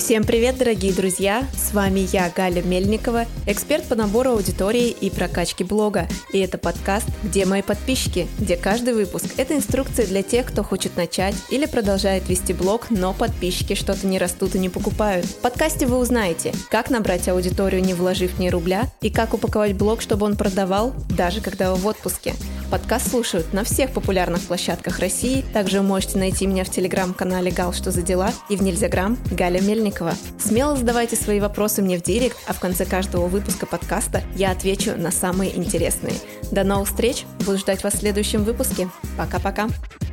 Всем привет, дорогие друзья! С вами я, Галя Мельникова, эксперт по набору аудитории и прокачке блога. И это подкаст «Где мои подписчики?», где каждый выпуск – это инструкция для тех, кто хочет начать или продолжает вести блог, но подписчики что-то не растут и не покупают. В подкасте вы узнаете, как набрать аудиторию, не вложив ни рубля, и как упаковать блог, чтобы он продавал, даже когда вы в отпуске. Подкаст слушают на всех популярных площадках России. Также вы можете найти меня в телеграм-канале «Гал, что за дела» и в Нельзяграм Галя Мельникова. Смело задавайте свои вопросы мне в директ, а в конце каждого выпуска подкаста я отвечу на самые интересные. До новых встреч! Буду ждать вас в следующем выпуске. Пока-пока!